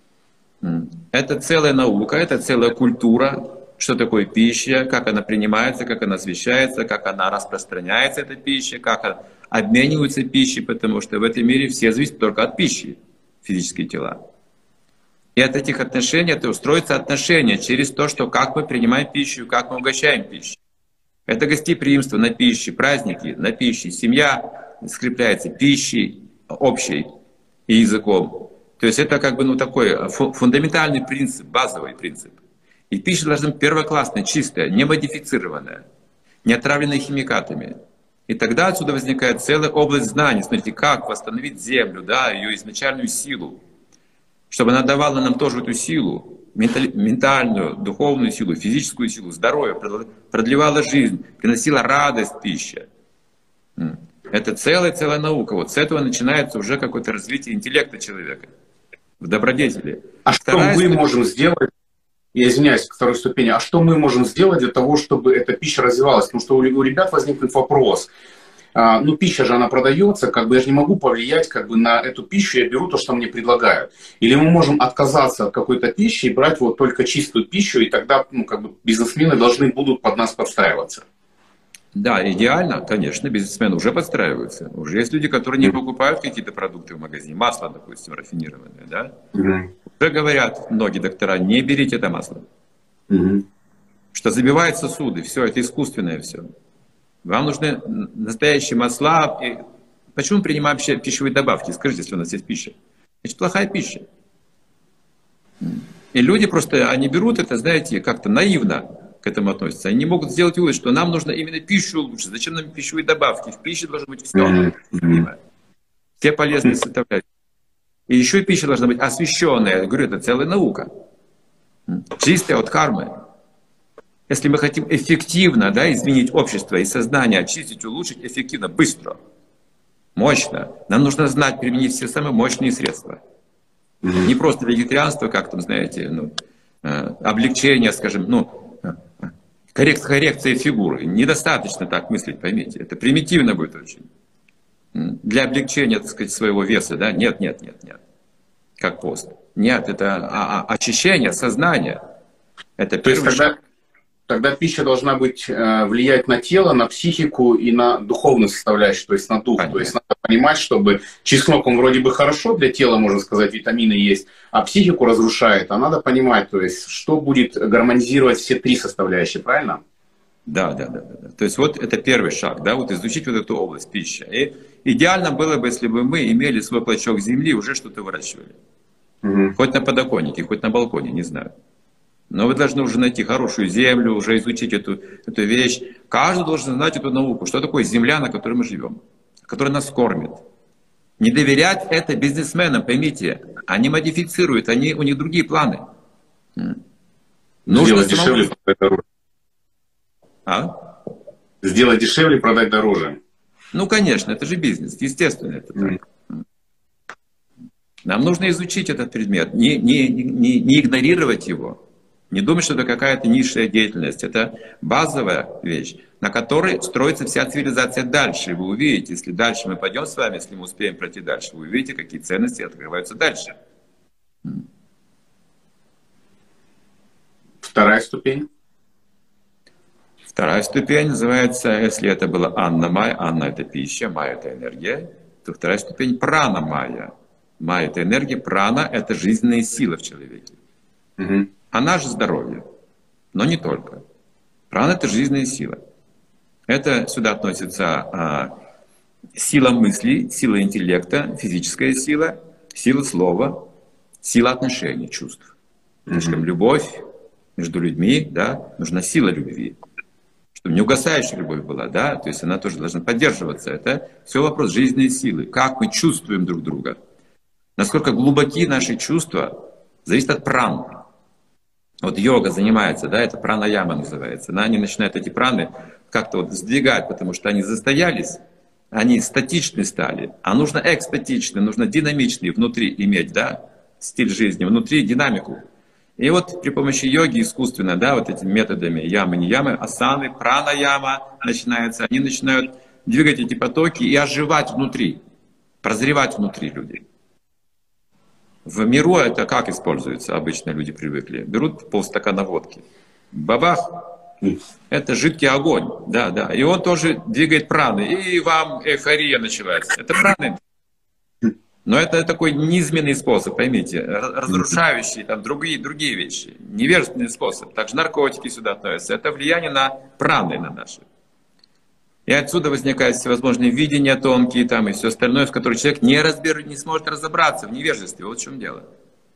Это целая наука, это целая культура, что такое пища, как она принимается, как она освещается, как она распространяется, эта пища, как обмениваются пищей, потому что в этом мире все зависят только от пищи, физические тела. И от этих отношений, это устроится отношения через то, что как мы принимаем пищу, как мы угощаем пищу. Это гостеприимство на пище, праздники на пище, семья скрепляется пищей общей и языком. То есть это как бы ну, такой фундаментальный принцип, базовый принцип. И пища должна быть первоклассная, чистая, не модифицированная, не отравленная химикатами. И тогда отсюда возникает целая область знаний. Смотрите, как восстановить землю, да, ее изначальную силу, чтобы она давала нам тоже эту силу, ментальную, духовную силу, физическую силу, здоровье, продлевала жизнь, приносила радость пища. Это целая-целая наука. Вот с этого начинается уже какое-то развитие интеллекта человека в добродетели. А что мы ступень... можем сделать, я извиняюсь, к второй ступени, а что мы можем сделать для того, чтобы эта пища развивалась? Потому что у ребят возникнет вопрос. А, ну, пища же, она продается, как бы я же не могу повлиять как бы на эту пищу, я беру то, что мне предлагают. Или мы можем отказаться от какой-то пищи и брать вот только чистую пищу, и тогда ну, как бы бизнесмены должны будут под нас подстраиваться. Да, идеально, конечно, бизнесмены уже подстраиваются. Уже есть люди, которые не покупают какие-то продукты в магазине. Масло, допустим, рафинированное, да? Mm-hmm. Уже говорят многие доктора, не берите это масло. Mm-hmm. Что забивает сосуды, все, это искусственное все. Вам нужны настоящие масла. И почему мы принимаем вообще пищевые добавки? Скажите, если у нас есть пища. Значит, плохая пища. И люди просто, они берут это, знаете, как-то наивно к этому относятся. Они не могут сделать вывод, что нам нужно именно пищу улучшить. Зачем нам пищевые добавки? В пище должно быть все. Mm-hmm. Все полезные составляющие. И еще и пища должна быть освященная. Я говорю, это целая наука. Чистая от кармы. Если мы хотим эффективно да, изменить общество и сознание, очистить, улучшить эффективно, быстро, мощно, нам нужно знать, применить все самые мощные средства. Mm-hmm. Не просто вегетарианство, как там, знаете, ну, облегчение, скажем, ну, коррекция, коррекция фигуры. Недостаточно так мыслить, поймите. Это примитивно будет очень. Для облегчения, так сказать, своего веса, да? Нет, нет, нет, нет. Как пост. Нет, это а, а, очищение сознания. Это То есть тогда, тогда пища должна быть, э, влиять на тело, на психику и на духовную составляющую, то есть на дух. Понятно. То есть надо понимать, чтобы чеснок, он вроде бы хорошо для тела, можно сказать, витамины есть, а психику разрушает. А надо понимать, то есть, что будет гармонизировать все три составляющие, правильно? Да, да, да, да. То есть вот это первый шаг, да, вот изучить вот эту область пищи. И идеально было бы, если бы мы имели свой клочок земли и уже что-то выращивали. Угу. Хоть на подоконнике, хоть на балконе, не знаю. Но вы должны уже найти хорошую землю, уже изучить эту, эту вещь. Каждый должен знать эту науку, что такое земля, на которой мы живем, которая нас кормит. Не доверять это бизнесменам, поймите, они модифицируют, они, у них другие планы. Нужно сделать дешевле, продать дороже. А? Сделать дешевле, продать дороже. Ну, конечно, это же бизнес, естественно. Это mm. так. Нам нужно изучить этот предмет, не, не, не, не игнорировать его. Не думать, что это какая-то низшая деятельность. Это базовая вещь, на которой строится вся цивилизация дальше. И вы увидите, если дальше мы пойдем с вами, если мы успеем пройти дальше, вы увидите, какие ценности открываются дальше. Вторая ступень. Вторая ступень называется, если это была Анна Майя, Анна это пища, Майя это энергия, то вторая ступень Прана Майя. Майя это энергия, Прана это жизненная сила в человеке. Угу. Она же здоровье, но не только. Прана — это жизненная сила. Это сюда относится а, сила мысли, сила интеллекта, физическая сила, сила слова, сила отношений, чувств. Потому что любовь между людьми, да, нужна сила любви. Чтобы не угасающая любовь была, да, то есть она тоже должна поддерживаться. Это все вопрос жизненной силы. Как мы чувствуем друг друга. Насколько глубоки наши чувства, зависит от праны. Вот йога занимается, да, это пранаяма называется. Она, они начинают эти праны как-то вот сдвигать, потому что они застоялись, они статичны стали. А нужно экстатичный, нужно динамичный внутри иметь, да, стиль жизни, внутри динамику. И вот при помощи йоги искусственно, да, вот этими методами ямы, не ямы, асаны, пранаяма начинается, они начинают двигать эти потоки и оживать внутри, прозревать внутри людей. В миру это как используется? Обычно люди привыкли. Берут полстакана водки, бабах, это жидкий огонь, да, да, и он тоже двигает праны, и вам эйфория началась. Это праны. Но это такой низменный способ, поймите, разрушающий там другие, другие вещи, невежественный способ. Также наркотики сюда относятся. Это влияние на праны, на наши. И отсюда возникают всевозможные видения тонкие там, и все остальное, в котором человек не, разбер, не сможет разобраться в невежестве. Вот в чем дело.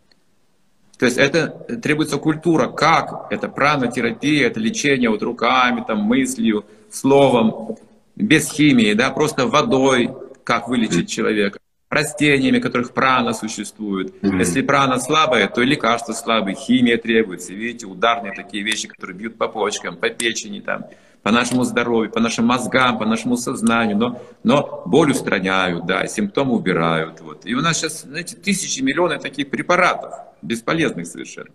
То есть это требуется культура, как это пранотерапия, это лечение вот руками, там, мыслью, словом, без химии, да, просто водой, как вылечить человека. Растениями, которых прана существует. Mm-hmm. Если прана слабая, то и лекарства слабые, химия требуется. Видите, ударные такие вещи, которые бьют по почкам, по печени, там, по нашему здоровью, по нашим мозгам, по нашему сознанию. Но, но боль устраняют, да, симптомы убирают. Вот. И у нас сейчас, знаете, тысячи, миллионы таких препаратов, бесполезных совершенно.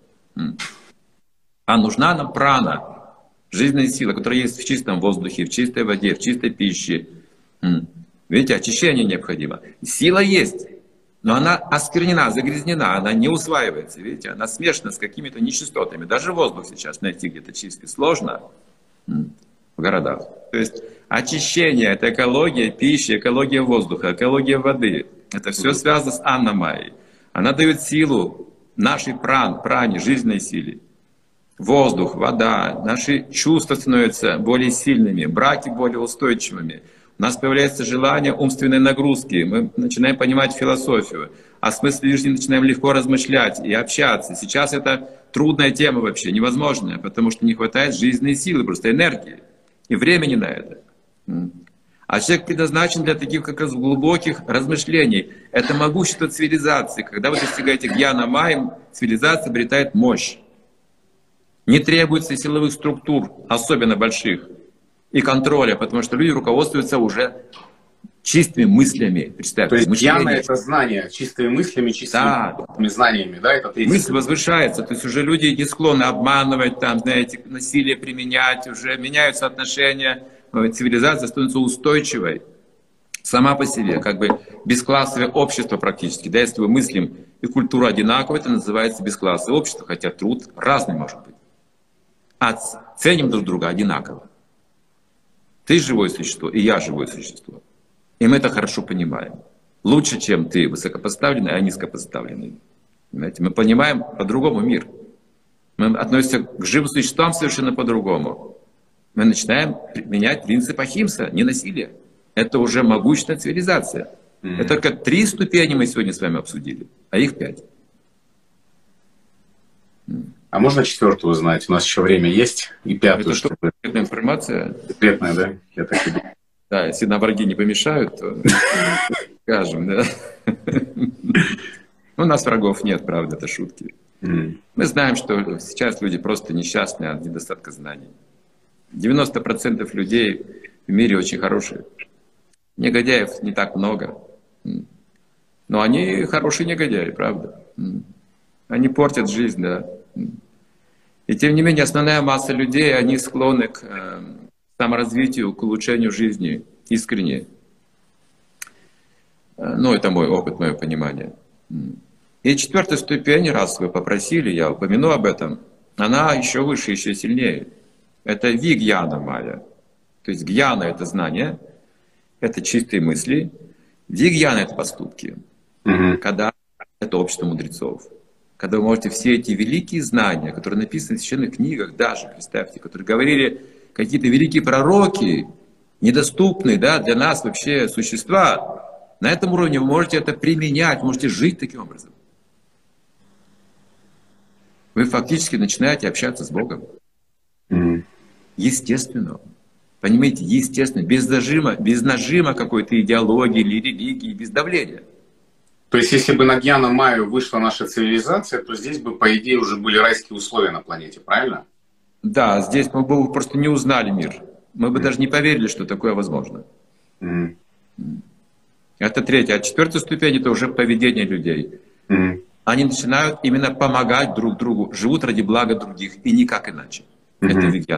А нужна нам прана, жизненная сила, которая есть в чистом воздухе, в чистой воде, в чистой пище. Видите, очищение необходимо. Сила есть, но она осквернена, загрязнена, она не усваивается. Видите, она смешана с какими-то нечистотами. Даже воздух сейчас найти где-то чистый сложно в городах. То есть очищение — это экология пищи, экология воздуха, экология воды. Это все связано с Аннамайей. Она дает силу нашей пран, пране, жизненной силе. Воздух, вода, наши чувства становятся более сильными, браки более устойчивыми. У нас появляется желание умственной нагрузки, мы начинаем понимать философию, о смысле жизни начинаем легко размышлять и общаться. Сейчас это трудная тема вообще, невозможная, потому что не хватает жизненной силы, просто энергии и времени на это. А человек предназначен для таких как раз глубоких размышлений. Это могущество цивилизации. Когда вы достигаете гьяна майи, цивилизация обретает мощь. Не требуется силовых структур, особенно больших, и контроля, потому что люди руководствуются уже чистыми мыслями. Представьте, то есть мышление. гьяна — это знание, чистыми мыслями, чистыми да. знаниями, да, это третий. Мысль возвышается, то есть уже люди не склонны обманывать, там, знаете, насилие применять, уже меняются отношения, цивилизация становится устойчивой сама по себе, как бы бесклассовое общество практически. Да, если мы мыслим и культура одинаковая, это называется бесклассовое общество, хотя труд разный может быть. А ценим друг друга одинаково. Ты живое существо, и я живое существо. И мы это хорошо понимаем. Лучше, чем ты высокопоставленный, а низкопоставленный. Понимаете? Мы понимаем по-другому мир. Мы относимся к живым существам совершенно по-другому. Мы начинаем применять принцип ахимса, не насилия. Это уже могущественная цивилизация. Mm-hmm. Это только три ступени мы сегодня с вами обсудили, а их пять. А можно четвертую узнать? У нас еще время есть. И пятую, это что? Секретная информация? Секретная, да? Я так и думаю. Да, если на враги не помешают, то скажем, да. У нас врагов нет, правда, это шутки. Мы знаем, что сейчас люди просто несчастные от недостатка знаний. девяносто процентов людей в мире очень хорошие. Негодяев не так много. Но они хорошие негодяи, правда. Они портят жизнь, да. И тем не менее, основная масса людей, они склонны к э, саморазвитию, к улучшению жизни, искренне. Э, ну, это мой опыт, мое понимание. И четвертая ступень, раз вы попросили, я упомяну об этом, она еще выше, еще сильнее. Это вигьяна майя. То есть гьяна — это знание, это чистые мысли. Вигьяна — это поступки. Mm-hmm. Когда это общество мудрецов. Когда вы можете все эти великие знания, которые написаны в священных книгах даже, представьте, которые говорили какие-то великие пророки, недоступные, да, для нас вообще существа, на этом уровне вы можете это применять, можете жить таким образом. Вы фактически начинаете общаться с Богом. Mm. Естественно. Понимаете, естественно, без нажима, без нажима какой-то идеологии или религии, без давления. То есть, если бы на Гьяна Майю вышла наша цивилизация, то здесь бы, по идее, уже были райские условия на планете, правильно? Да, здесь мы бы просто не узнали мир. Мы бы mm. даже не поверили, что такое возможно. Mm. Это третья. А четвертая ступень — это уже поведение людей. Mm. Они начинают именно помогать друг другу, живут ради блага других, и никак иначе. Mm-hmm. Это Вигьяна.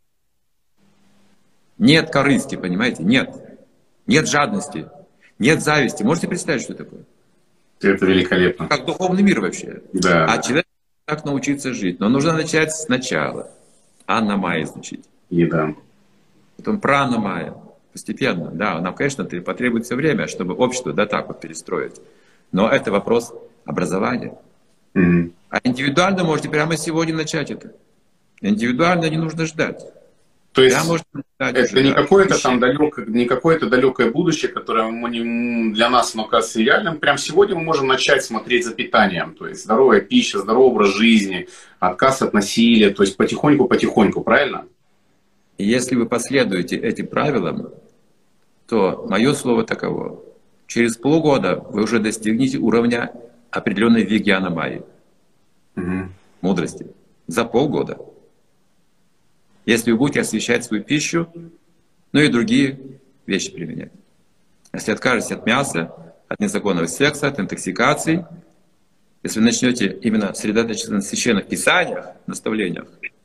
Нет корысти, понимаете? Нет. Нет жадности. Нет зависти. Можете представить, что такое? Это великолепно. Как духовный мир вообще. Да. А человек так научиться жить. Но нужно начать сначала. Анна Майя изучить. И да. Потом Прана Майя. Постепенно. Да, нам, конечно, потребуется время, чтобы общество, да, так вот перестроить. Но это вопрос образования. Mm-hmm. А индивидуально можете прямо сегодня начать это. Индивидуально не нужно ждать. То есть да, это уже, не, да, какое-то там далекое, не какое-то далекое будущее, которое мы не, для нас оно кажется реальным. Прямо сегодня мы можем начать смотреть за питанием. То есть здоровая пища, здоровый образ жизни, отказ от насилия. То есть потихоньку-потихоньку, правильно? И если вы последуете этим правилам, то мое слово таково. Через полгода вы уже достигнете уровня определенной Вигьяна Майи. Угу. Мудрости. За полгода. Если вы будете освещать свою пищу, ну и другие вещи применять. Если откажетесь от мяса, от незаконного секса, от интоксикаций, если вы начнете именно сосредоточиться на священных писаниях, наставлениях,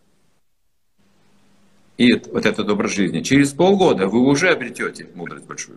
и вот этот образ жизни, через полгода вы уже обретете мудрость большую.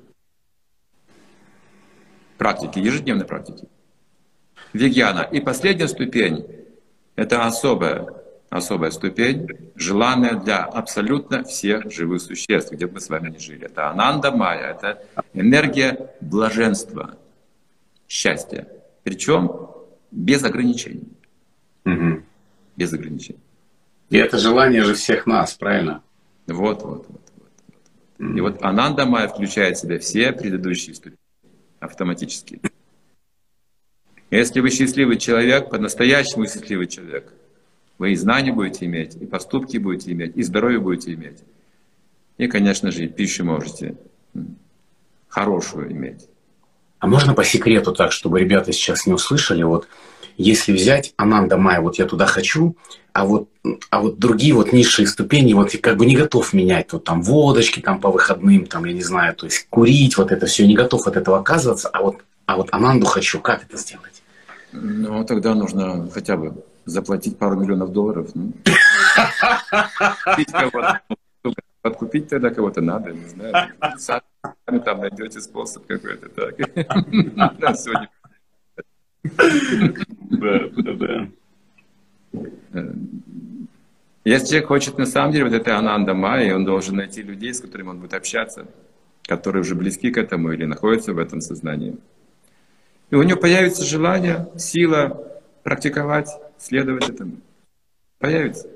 Практики, ежедневной практики. Вигьяна. И последняя ступень, это особая, особая ступень, желанная для абсолютно всех живых существ, где бы мы с вами ни жили. Это Ананда Майя, это энергия блаженства, счастья. Причем без ограничений. Угу. Без ограничений. И это желание же всех нас, правильно? Вот, вот, вот. вот, вот. Mm. И вот Ананда Майя включает в себя все предыдущие ступени автоматически. Если вы счастливый человек, по-настоящему счастливый человек, вы и знания будете иметь, и поступки будете иметь, и здоровье будете иметь. И, конечно же, и пищу можете хорошую иметь. А можно по секрету так, чтобы ребята сейчас не услышали, вот если взять Ананда Майя, вот я туда хочу, а вот, а вот другие вот низшие ступени, вот я как бы не готов менять, вот там водочки там по выходным, там, я не знаю, то есть курить, вот это все, не готов от этого отказываться, а вот, а вот Ананду хочу, как это сделать? Ну, тогда нужно хотя бы заплатить пару миллионов долларов. Ну. Подкупить тогда кого-то надо, не знаю. Сами там найдете способ какой-то. Так. Сегодня. Да, да, да. Если человек хочет на самом деле вот это Ананда Майя, он должен найти людей, с которыми он будет общаться, которые уже близки к этому или находятся в этом сознании. И у него появится желание, сила практиковать, следовать этому. Появится.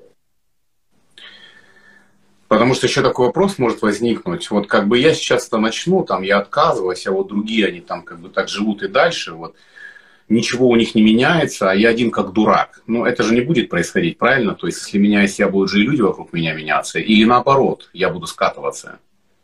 Потому что еще такой вопрос может возникнуть. Вот как бы я сейчас-то начну, там я отказываюсь, а вот другие, они там как бы так живут и дальше, вот. Ничего у них не меняется, а я один как дурак. Ну, это же не будет происходить, правильно? То есть, если меняюсь я, будут же и люди вокруг меня меняться. Или наоборот, я буду скатываться.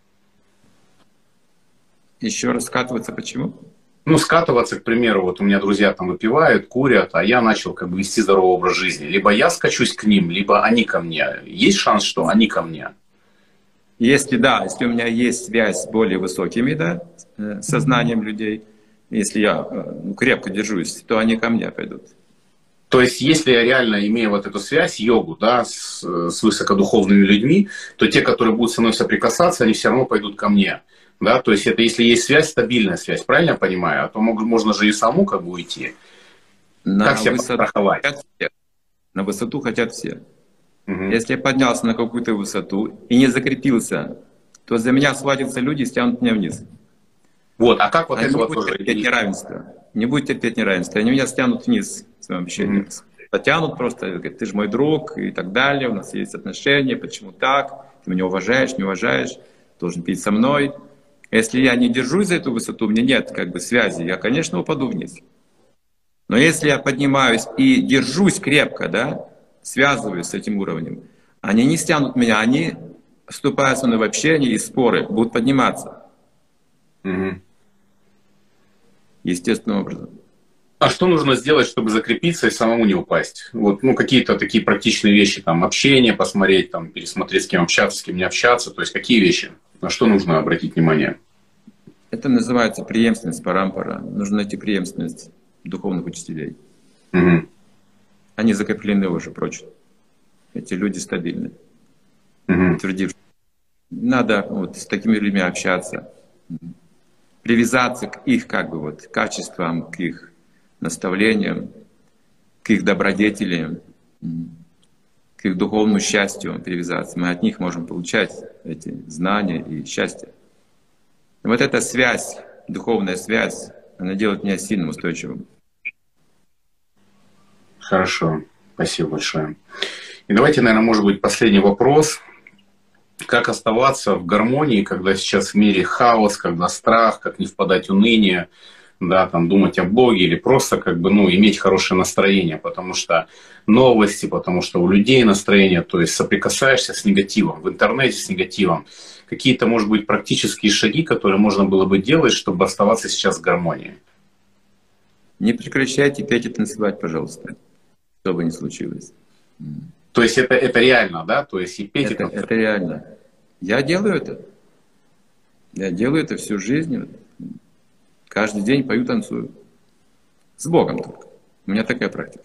Еще раз скатываться почему? Ну, скатываться, к примеру, вот у меня друзья там выпивают, курят, а я начал как бы вести здоровый образ жизни. Либо я скачусь к ним, либо они ко мне. Есть шанс, что они ко мне? Если да, если у меня есть связь с более высокими, да, сознанием людей, если я ну, крепко держусь, то они ко мне пойдут. То есть, если я реально имею вот эту связь, йогу, да, с, с высокодуховными людьми, то те, которые будут со мной соприкасаться, они все равно пойдут ко мне. Да? То есть, это если есть связь, стабильная связь, правильно я понимаю? А то можно же и саму как бы уйти. На как себя подстраховать? На высоту хотят все. Угу. Если я поднялся на какую-то высоту и не закрепился, то за меня схватятся люди и стянут меня вниз. Вот, а как вот Они это не вот будут тоже... терпеть неравенство. Не будет терпеть неравенство. Они меня стянут вниз, в своем общении. Mm-hmm. Потянут просто, говорят, ты же мой друг и так далее, у нас есть отношения, почему так? Ты меня уважаешь, не уважаешь, должен пить со мной. Если я не держусь за эту высоту, у меня нет как бы связи, я, конечно, упаду вниз. Но если я поднимаюсь и держусь крепко, да, связываюсь с этим уровнем, они не стянут меня, они, вступая со мной в общение и споры, будут подниматься. Угу. Естественным образом. А что нужно сделать, чтобы закрепиться и самому не упасть? Вот, ну, какие-то такие практичные вещи, там, общение посмотреть, там, пересмотреть, с кем общаться, с кем не общаться. То есть, какие вещи? На что нужно обратить внимание? Это называется преемственность, парампара. Нужно найти преемственность духовных учителей. Угу. Они закреплены уже прочно. Эти люди стабильны. Угу. Утвердившие. Надо вот с такими людьми общаться. Привязаться к их, как бы, вот, качествам, к их наставлениям, к их добродетелям, к их духовному счастью привязаться. Мы от них можем получать эти знания и счастье. И вот эта связь, духовная связь, она делает меня сильным, устойчивым. Хорошо, спасибо большое. И давайте, наверное, может быть, последний вопрос. Как оставаться в гармонии, когда сейчас в мире хаос, когда страх, как не впадать в уныние, да, там, думать о Боге или просто как бы, ну, иметь хорошее настроение, потому что новости, потому что у людей настроение, то есть соприкасаешься с негативом, в интернете с негативом. Какие-то, может быть, практические шаги, которые можно было бы делать, чтобы оставаться сейчас в гармонии? Не прекращайте петь и танцевать, пожалуйста, что бы ни случилось. То есть это, это реально, да? То есть и петь, это, и это реально. Я делаю это. Я делаю это всю жизнь. Каждый день пою, танцую. С Богом только. У меня такая практика.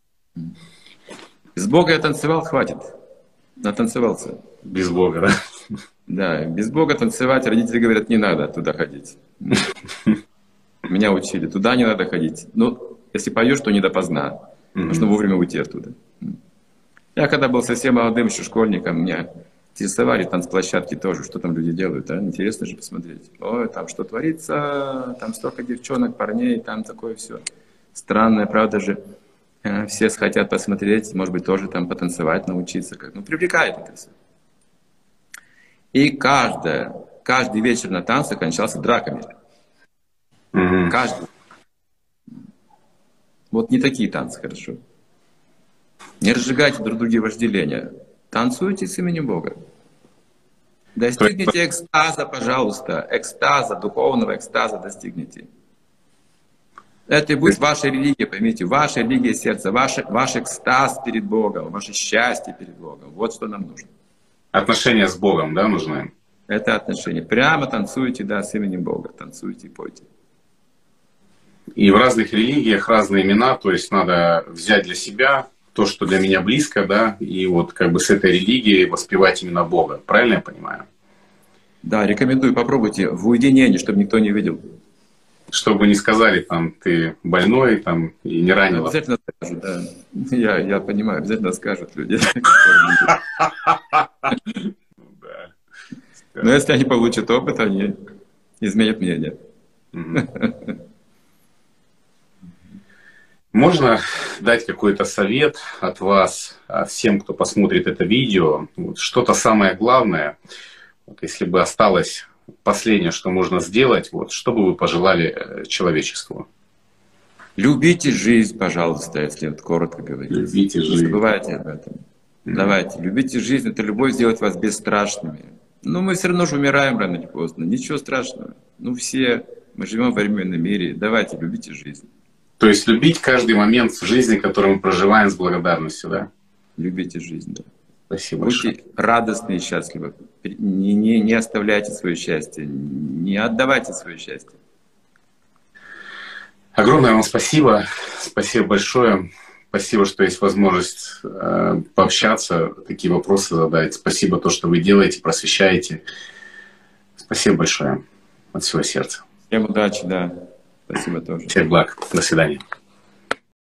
С Бога я танцевал, хватит. Натанцевался. Без Бога, да? Да, без Бога танцевать, родители говорят, не надо туда ходить. Меня учили, туда не надо ходить. Ну, если поешь, то не допоздна. Нужно вовремя уйти оттуда. Я когда был совсем молодым еще школьником, меня интересовали танцплощадки тоже, что там люди делают, а? Интересно же посмотреть. Ой, там что творится, там столько девчонок, парней, там такое все. Странное, правда же. Все хотят посмотреть, может быть, тоже там потанцевать, научиться. Как. Ну, привлекает это все. И каждое, каждый вечер на танцах кончался драками. Mm-hmm. Каждый. Вот не такие танцы, хорошо. Не разжигайте друг друга вожделения. Танцуйте с именем Бога. Достигните экстаза, пожалуйста. Экстаза, духовного экстаза достигните. Это и будет ваша религия, поймите. Ваша религия сердца, ваш, ваш экстаз перед Богом, ваше счастье перед Богом. Вот что нам нужно. Отношения с Богом, да, нужны? Это отношения. Прямо танцуйте, да, с именем Бога. Танцуйте и пойте. И в разных религиях разные имена, то есть надо взять для себя то, что для меня близко, да, и вот как бы с этой религией воспевать именно Бога. Правильно я понимаю? Да, рекомендую, попробуйте в уединении, чтобы никто не видел. Чтобы не сказали, там, ты больной, там, и не ранило. Обязательно скажут, да. Я, я понимаю, обязательно скажут люди. Но если они получат опыт, они изменят мнение. Можно дать какой-то совет от вас, всем, кто посмотрит это видео? Вот что-то самое главное, вот если бы осталось последнее, что можно сделать, вот, что бы вы пожелали человечеству? Любите жизнь, пожалуйста, если вот коротко говорить. Любите жизнь. Не забывайте об этом. Mm-hmm. Давайте, любите жизнь, это любовь сделает вас бесстрашными. Но мы все равно же умираем рано или поздно, ничего страшного. Ну все, мы живем в современном мире, давайте, любите жизнь. То есть любить каждый момент в жизни, который мы проживаем, с благодарностью, да? Любите жизнь, да. Спасибо Будьте большое. радостны и счастливы. Не, не, не оставляйте свое счастье, не отдавайте свое счастье. Огромное вам спасибо. Спасибо большое. Спасибо, что есть возможность э, пообщаться, такие вопросы задать. Спасибо то, что вы делаете, просвещаете. Спасибо большое от всего сердца. Всем удачи, да. Спасибо тоже. Всех благ. До свидания.